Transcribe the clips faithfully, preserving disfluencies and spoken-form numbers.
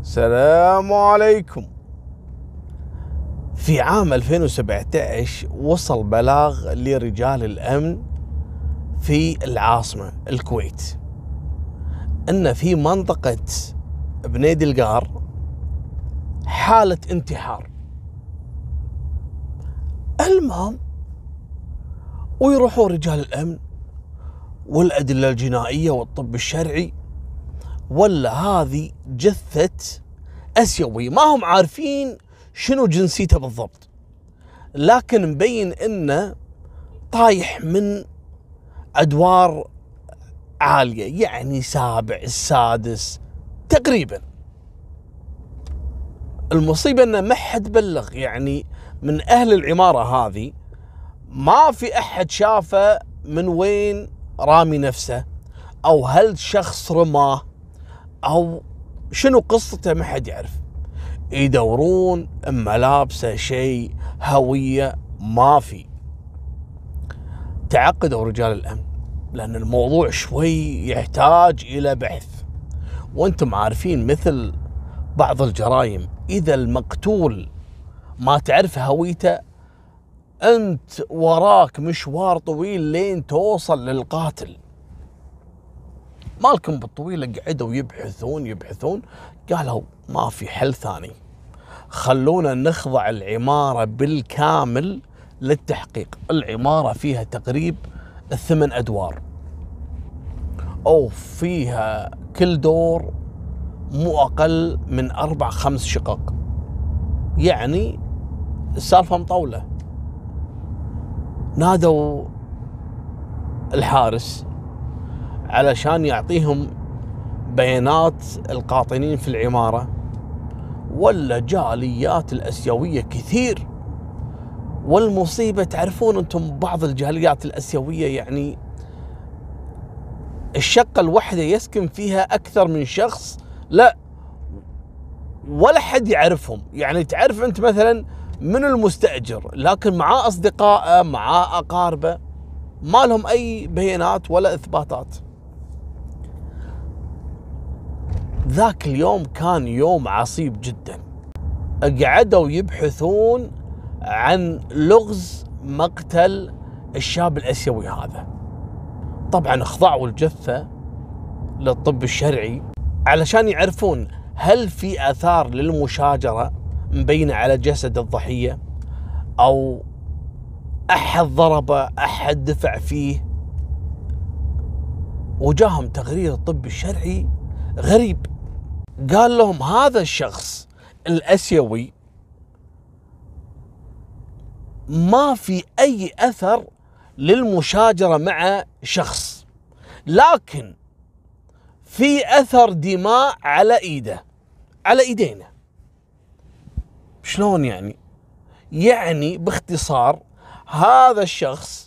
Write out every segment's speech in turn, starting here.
السلام عليكم. في عام ألفين وسبعة عشر وصل بلاغ لرجال الأمن في العاصمة الكويت أن في منطقة بنيد القار حالة انتحار. المهم ويروحون رجال الأمن والأدلة الجنائية والطب الشرعي، ولا هذه جثة آسيوي ما هم عارفين شنو جنسيته بالضبط، لكن مبين انه طايح من ادوار عالية، يعني سابع السادس تقريبا. المصيبة انه ما حد بلغ، يعني من اهل العمارة هذه ما في احد شافه من وين رامي نفسه، او هل شخص رماه او شنو قصته، ما حد يعرف. يدورون اما لابسه شيء هوية ما في. تعقدوا رجال الامن لان الموضوع شوي يحتاج الى بحث، وانتم عارفين مثل بعض الجرائم اذا المقتول ما تعرف هويته انت وراك مشوار طويل لين توصل للقاتل. مالكم بالطويلة قعدوا يبحثون يبحثون قالوا ما في حل ثاني، خلونا نخضع العمارة بالكامل للتحقيق. العمارة فيها تقريب الثمان أدوار، أو فيها كل دور مو أقل من أربع خمس شقق، يعني السالفة مطولة. نادوا الحارس علشان يعطيهم بيانات القاطنين في العمارة، ولا جاليات الآسيوية كثير. والمصيبة تعرفون أنتم بعض الجاليات الآسيوية يعني الشقة الواحدة يسكن فيها أكثر من شخص، لا ولا حد يعرفهم. يعني تعرف أنت مثلا من المستأجر، لكن معاه أصدقائه معاه أقاربه ما لهم أي بيانات ولا إثباتات. ذاك اليوم كان يوم عصيب جدا، قعدوا يبحثون عن لغز مقتل الشاب الآسيوي هذا. طبعا اخضعوا الجثة للطب الشرعي علشان يعرفون هل في آثار للمشاجرة مبينة على جسد الضحية، أو أحد ضربه أحد دفع فيه. وجاهم تقرير الطب الشرعي غريب، قال لهم هذا الشخص الآسيوي ما في أي أثر للمشاجرة مع شخص، لكن في أثر دماء على إيده، على إيدينا. شلون يعني؟ يعني باختصار هذا الشخص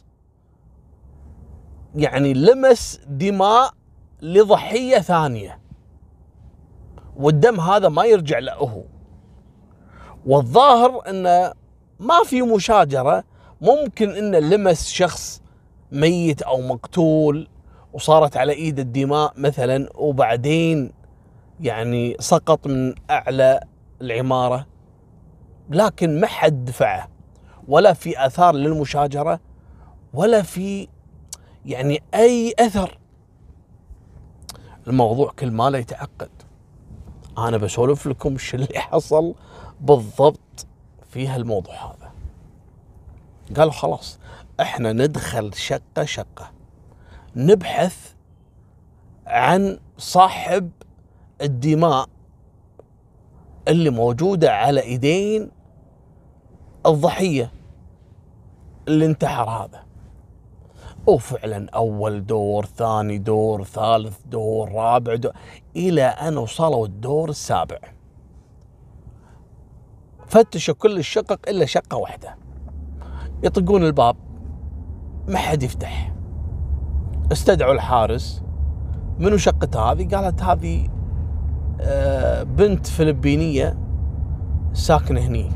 يعني لمس دماء لضحية ثانية، والدم هذا ما يرجع له. والظاهر انه ما في مشاجرة، ممكن انه لمس شخص ميت او مقتول وصارت على ايد الدماء مثلا، وبعدين يعني سقط من اعلى العمارة، لكن ما حد دفعه، ولا في اثار للمشاجرة، ولا في يعني اي اثر. الموضوع كل ما لا يتعقد. أنا بسولف لكم شو اللي حصل بالضبط في هالموضوع هذا. قالوا خلاص احنا ندخل شقة شقة، نبحث عن صاحب الدماء اللي موجودة على ايدين الضحية اللي انتحر هذا. وفعلا أول دور، ثاني دور، ثالث دور، رابع دور، إلى أن وصلوا الدور السابع. فتشوا كل الشقق إلا شقة واحدة، يطقون الباب ما حد يفتح. استدعوا الحارس، منو شقة هذه؟ قالت هذه بنت فلبينية ساكنة هني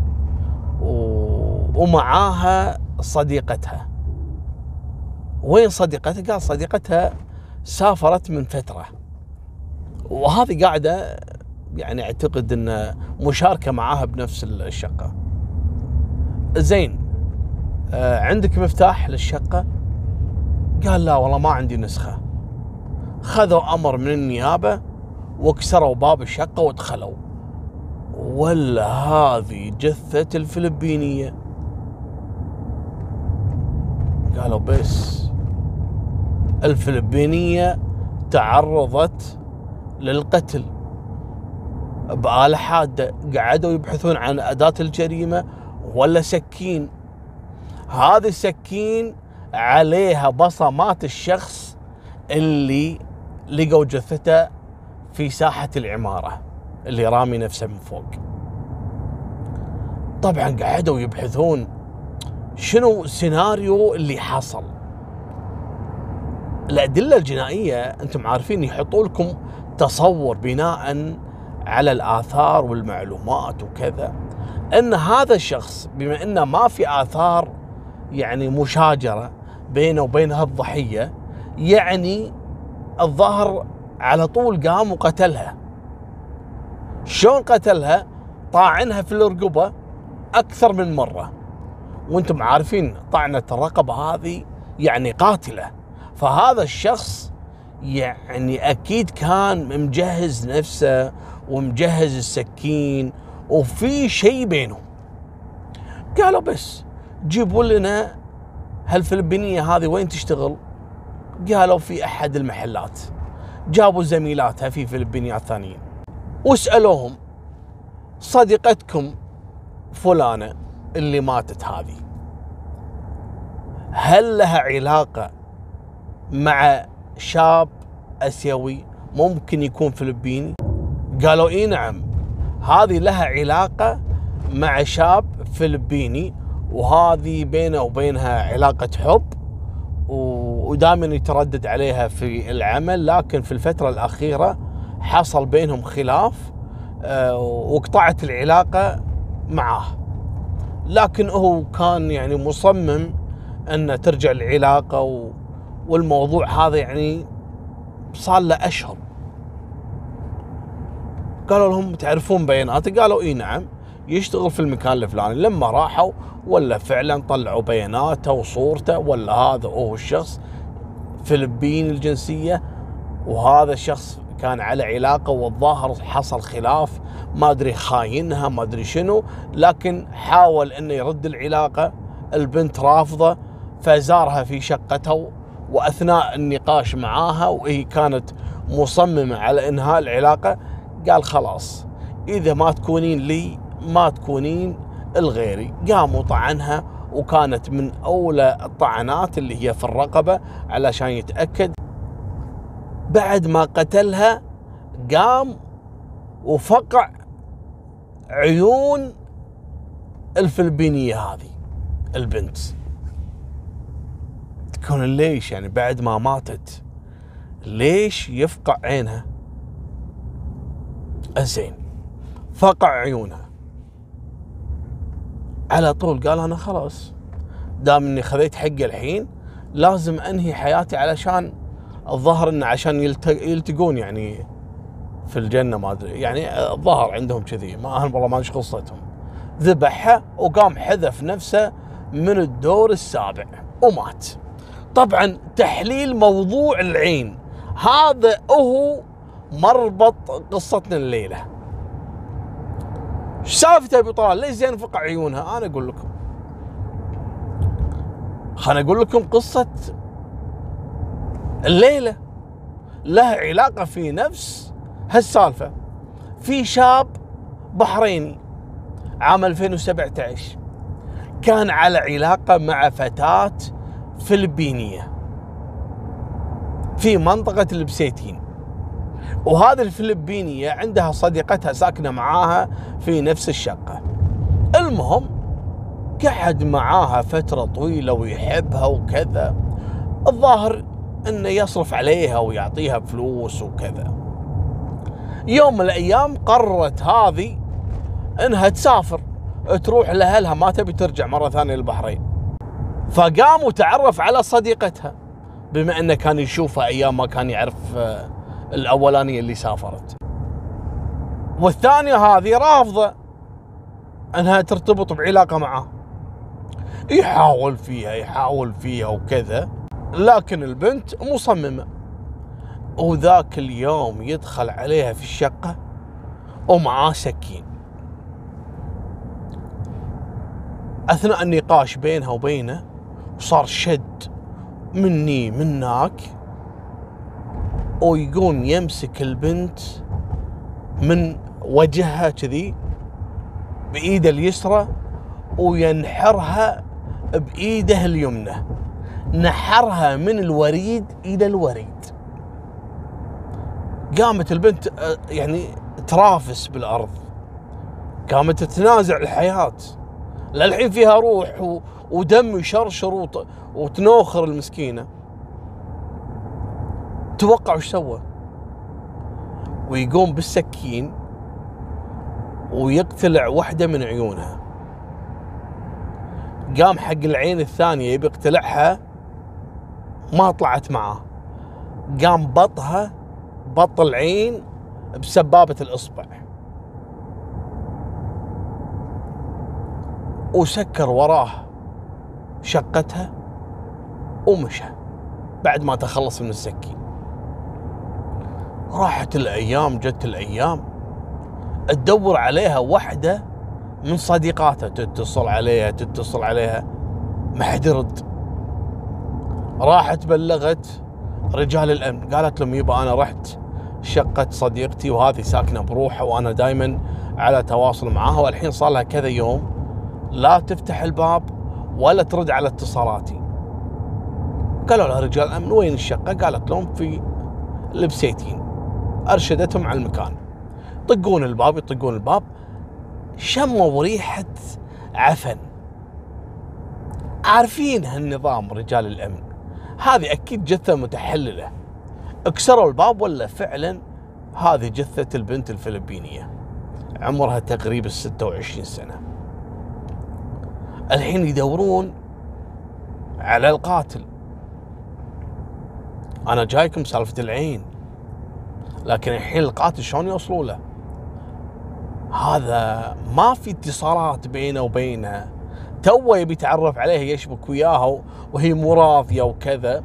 ومعاها صديقتها. وين صديقتها؟ قال صديقتها سافرت من فترة، وهذه قاعدة يعني اعتقد انه مشاركة معاها بنفس الشقة. زين، آه عندك مفتاح للشقة؟ قال لا والله ما عندي نسخة. خذوا امر من النيابة وكسروا باب الشقة ودخلوا، ولا هذه جثة الفلبينية. قالوا بس الفلبينية تعرضت للقتل بآلة حادة. قعدوا يبحثون عن أداة الجريمة ولا سكين. هذه السكين عليها بصمات الشخص اللي لقوا جثته في ساحة العمارة اللي رامي نفسه من فوق. طبعا قعدوا يبحثون شنو السيناريو اللي حصل. الأدلة الجنائية أنتم عارفين يحطوا لكم تصور بناء على الآثار والمعلومات وكذا، أن هذا الشخص بما أنه ما في آثار يعني مشاجرة بينه وبين هالضحية، يعني الظاهر على طول قام وقتلها. شلون قتلها؟ طاعنها في الرقبة أكثر من مرة، وانتم عارفين طعنة الرقبة هذه يعني قاتلة. فهذا الشخص يعني أكيد كان مجهز نفسه ومجهز السكين وفي شيء بينه. قالوا بس جيبوا لنا هالفلبينية هذه وين تشتغل؟ قالوا في أحد المحلات. جابوا زميلاتها في فلبينيات ثانيين وسألوهم صديقتكم فلانة اللي ماتت هذه هل لها علاقة مع شاب آسيوي ممكن يكون فلبيني؟ قالوا اي نعم، هذه لها علاقة مع شاب فلبيني، وهذه بينه وبينها علاقة حب، ودائما يتردد عليها في العمل، لكن في الفترة الأخيرة حصل بينهم خلاف وقطعت العلاقة معاه، لكن هو كان يعني مصمم أن ترجع العلاقة، والموضوع هذا يعني صار له أشهر. قالوا لهم تعرفون بياناته؟ قالوا إيه نعم، يشتغل في المكان الفلاني. لما راحوا ولا فعلا طلعوا بياناته وصورته، ولا هذا هو الشخص فلبيني الجنسية، وهذا الشخص كان على علاقة، والظاهر حصل خلاف ما أدري خاينها ما أدري شنو، لكن حاول أنه يرد العلاقة. البنت رافضة، فزارها في شقته، وأثناء النقاش معاها وهي كانت مصممة على إنهاء العلاقة قال خلاص إذا ما تكونين لي ما تكونين الغيري. قاموا طعنها، وكانت من أولى الطعنات اللي هي في الرقبة علشان يتأكد. بعد ما قتلها قام وفقع عيون الفلبينية هذه البنت. تكون ليش يعني بعد ما ماتت ليش يفقع عينها؟ زين، فقع عيونها على طول. قال أنا خلاص دام إني خذيت حقي الحين لازم أنهي حياتي، علشان الظهر إنه عشان يلتقون يعني في الجنة ما أدري، يعني الظهر عندهم كذي، ما أهم والله ما إيش قصتهم. ذبحها وقام حذف نفسه من الدور السابع ومات. طبعا تحليل موضوع العين هذا هو مربط قصتنا الليلة. ايش سالفته ابو طلال؟ ليش زين فقع عيونها؟ انا اقول لكم، خليني اقول لكم قصة الليلة لها علاقة في نفس هالسالفة. في شاب بحريني عام ألفين وسبعة عشر كان على علاقة مع فتاة فلبينية في منطقة البسيتين، وهذه الفلبينية عندها صديقتها ساكنة معاها في نفس الشقة. المهم قعد معاها فترة طويلة ويحبها وكذا، الظاهر انه يصرف عليها ويعطيها فلوس وكذا. يوم من الايام قررت هذه انها تسافر تروح لأهلها، ما تبي ترجع مرة ثانية للبحرين. فقام وتعرف على صديقتها بما انه كان يشوفها ايام ما كان يعرف الاولانية اللي سافرت. والثانية هذه رافضة انها ترتبط بعلاقة معه، يحاول فيها يحاول فيها وكذا، لكن البنت مصممة. وذاك اليوم يدخل عليها في الشقة ومعاه سكين. أثناء النقاش بينها وبينه صار شد مني منك، ويقوم يمسك البنت من وجهها كذي بإيده اليسرى وينحرها بإيده اليمنى، نحرها من الوريد إلى الوريد. قامت البنت يعني ترافس بالأرض، قامت تتنازع الحياة، للحين فيها روح ودم يشرشر وتنوخر المسكينة. توقع وش سوى؟ ويقوم بالسكين ويقتلع واحدة من عيونها. قام حق العين الثانية يبي يقتلعها، ما طلعت معاه، قام بطها بط العين بسبابة الإصبع وسكر وراه شقتها ومشى بعد ما تخلص من السكين. راحت الأيام، جت الأيام، تدور عليها واحدة من صديقاتها، تتصل عليها تتصل عليها ما حد يرد. راحت بلغت رجال الأمن، قالت لهم يبا أنا رحت شقة صديقتي وهذه ساكنة بروحها وأنا دايما على تواصل معاها، والحين صار لها كذا يوم لا تفتح الباب ولا ترد على اتصالاتي. قالوا لها رجال الأمن وين الشقة؟ قالت لهم في البسيتين. أرشدتهم على المكان، يطقون الباب يطقون الباب، شموا ريحة عفن. عارفين هالنظام رجال الأمن، هذه أكيد جثة متحللة. اكسروا الباب ولا فعلا هذه جثة البنت الفلبينية عمرها تقريبا ستة وعشرين سنة. الحين يدورون على القاتل. أنا جايكم سالفة العين، لكن الحين القاتل شلون يوصلوا له؟ هذا ما في اتصالات بينه وبينها، توه يبي يتعرف عليها يشبك وياها وهي مو راضية وكذا.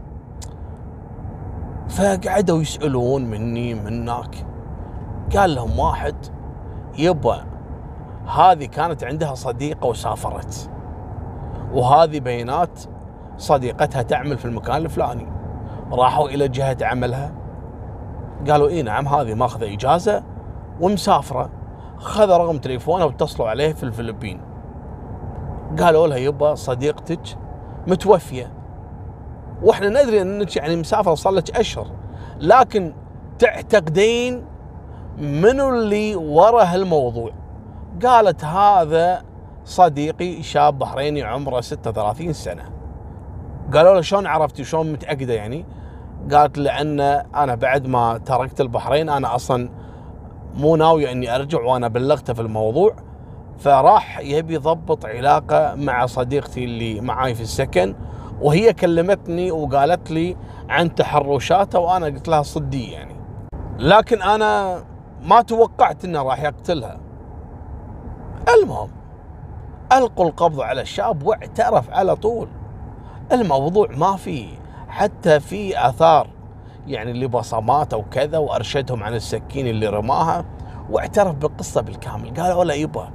فقعدوا يسألون مني منك. قال لهم واحد يبا هذه كانت عندها صديقة وسافرت، وهذه بيانات صديقتها تعمل في المكان الفلاني. راحوا إلى جهة عملها، قالوا إيه نعم هذه ماخذة إجازة ومسافرة. خذ رقم تليفونها واتصلوا عليه في الفلبين، قالوا لها يبا صديقتك متوفية، واحنا ندري انك يعني مسافرة صار لك اشهر، لكن تعتقدين منو اللي ورا هالموضوع؟ قالت هذا صديقي شاب بحريني عمره ستة وثلاثين سنة. قالوا له شلون عرفتي شلون متأكدة يعني؟ قالت لأن أنا بعد ما تركت البحرين أنا أصلا مو ناوي أني أرجع، وأنا بلغته في الموضوع، فراح يبي يضبط علاقة مع صديقتي اللي معاي في السكن، وهي كلمتني وقالت لي عن تحرشاتها، وأنا قلت لها صدي يعني، لكن أنا ما توقعت أنه راح يقتلها. المهم ألقوا القبض على الشاب واعترف على طول. الموضوع ما فيه حتى في آثار يعني اللي بصماته وكذا، وأرشدهم عن السكين اللي رماها، واعترف بالقصة بالكامل. قالوا لا يبا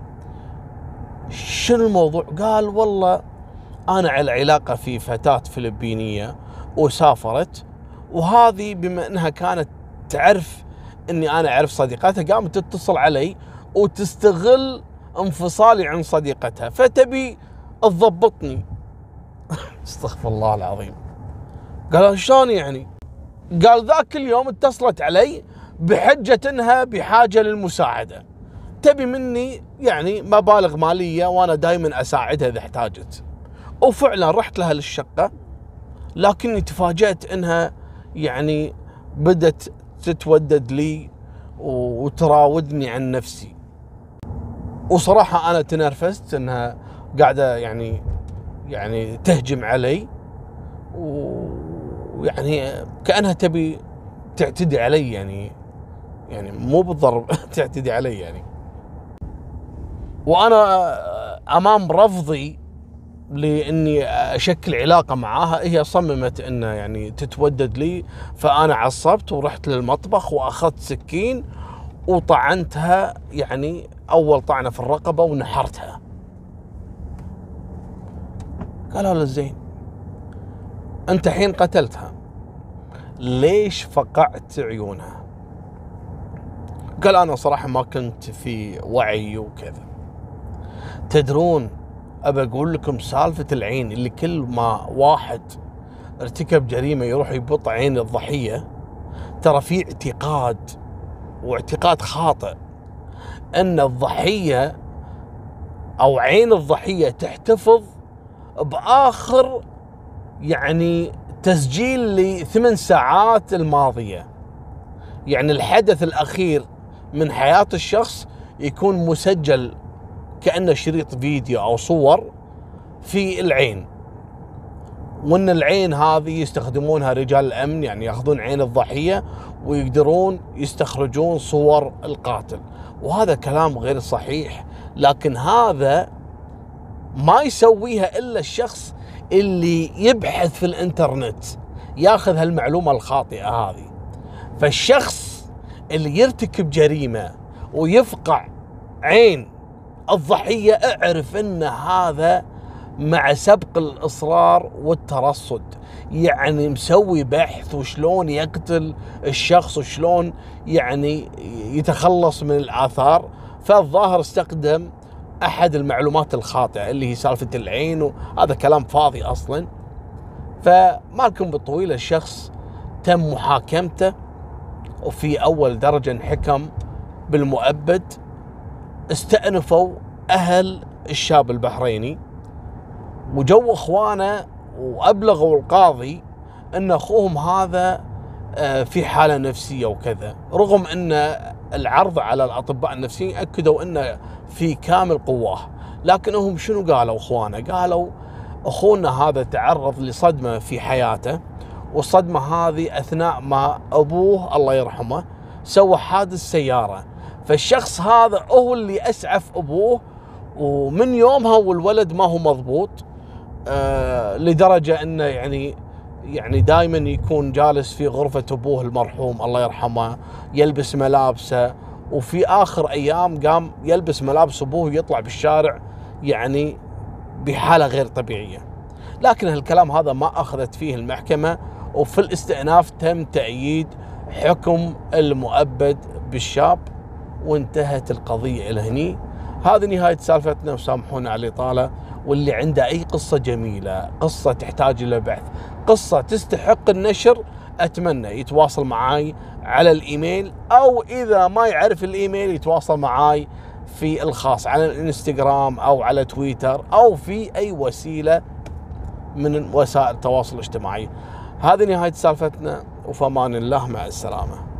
شنو الموضوع؟ قال والله أنا على علاقة في فتاة فلبينية وسافرت، وهذه بما أنها كانت تعرف أني أنا أعرف صديقتها قامت تتصل علي وتستغل انفصالي عن صديقتها فتبي تضبطني. استغفر الله العظيم. قال شلون يعني؟ قال ذاك اليوم اتصلت علي بحجة انها بحاجة للمساعدة، تبي مني يعني مبالغ مالية وانا دائما اساعدها اذا احتاجت. وفعلا رحت لها للشقة، لكني تفاجأت انها يعني بدت تتودد لي وتراودني عن نفسي. وصراحة انا تنرفزت انها قاعدة يعني يعني تهجم علي، ويعني كأنها تبي تعتدي علي يعني يعني مو بالضرب تعتدي علي يعني. وانا امام رفضي لاني اشكل علاقه معاها، هي صممت انه يعني تتودد لي، فانا عصبت ورحت للمطبخ واخذت سكين وطعنتها، يعني اول طعنه في الرقبه ونحرتها. قالوا له زين انت حين قتلتها ليش فقعت عيونها؟ قال انا صراحه ما كنت في وعي وكذا. تدرون ابى اقول لكم سالفه العين، اللي كل ما واحد ارتكب جريمه يروح يبط عين الضحيه، ترى في اعتقاد واعتقاد خاطئ ان الضحيه او عين الضحيه تحتفظ باخر يعني تسجيل لثمان ساعات الماضيه، يعني الحدث الاخير من حياه الشخص يكون مسجل كأنه شريط فيديو أو صور في العين، وأن العين هذه يستخدمونها رجال الأمن، يعني يأخذون عين الضحية ويقدرون يستخرجون صور القاتل. وهذا كلام غير صحيح، لكن هذا ما يسويها إلا الشخص اللي يبحث في الإنترنت ياخذ هالمعلومة الخاطئة هذه. فالشخص اللي يرتكب جريمة ويفقع عين الضحية اعرف ان هذا مع سبق الإصرار والترصد، يعني مسوي بحث وشلون يقتل الشخص وشلون يعني يتخلص من الآثار. فالظاهر استخدم أحد المعلومات الخاطئة اللي هي سالفة العين، وهذا كلام فاضي أصلا. فمالكم بالطويل الشخص تم محاكمته وفي أول درجة انحكم بالمؤبد. استأنفوا أهل الشاب البحريني وجو إخوانه وأبلغوا القاضي أن أخوهم هذا في حالة نفسية وكذا، رغم أن العرض على الأطباء النفسيين أكدوا أنه في كامل قواه. لكنهم شنو قالوا إخوانه؟ قالوا أخونا هذا تعرض لصدمة في حياته، والصدمة هذه أثناء ما أبوه الله يرحمه سوى حادث سيارة، فالشخص هذا هو اللي أسعف أبوه، ومن يومها والولد ما هو مضبوط، آه لدرجة أنه يعني يعني دائما يكون جالس في غرفة أبوه المرحوم الله يرحمه يلبس ملابسه، وفي آخر أيام قام يلبس ملابس أبوه ويطلع بالشارع يعني بحالة غير طبيعية. لكن هالكلام هذا ما أخذت فيه المحكمة، وفي الاستئناف تم تأييد حكم المؤبد بالشاب وانتهت القضية إلى هني. هذه نهاية سالفتنا، وسامحونا على الإطالة. واللي عنده أي قصة جميلة، قصة تحتاج إلى بحث، قصة تستحق النشر، أتمنى يتواصل معاي على الإيميل، أو إذا ما يعرف الإيميل يتواصل معاي في الخاص على الانستغرام أو على تويتر أو في أي وسيلة من وسائل التواصل الاجتماعي. هذه نهاية سالفتنا، وفمان الله، مع السلامة.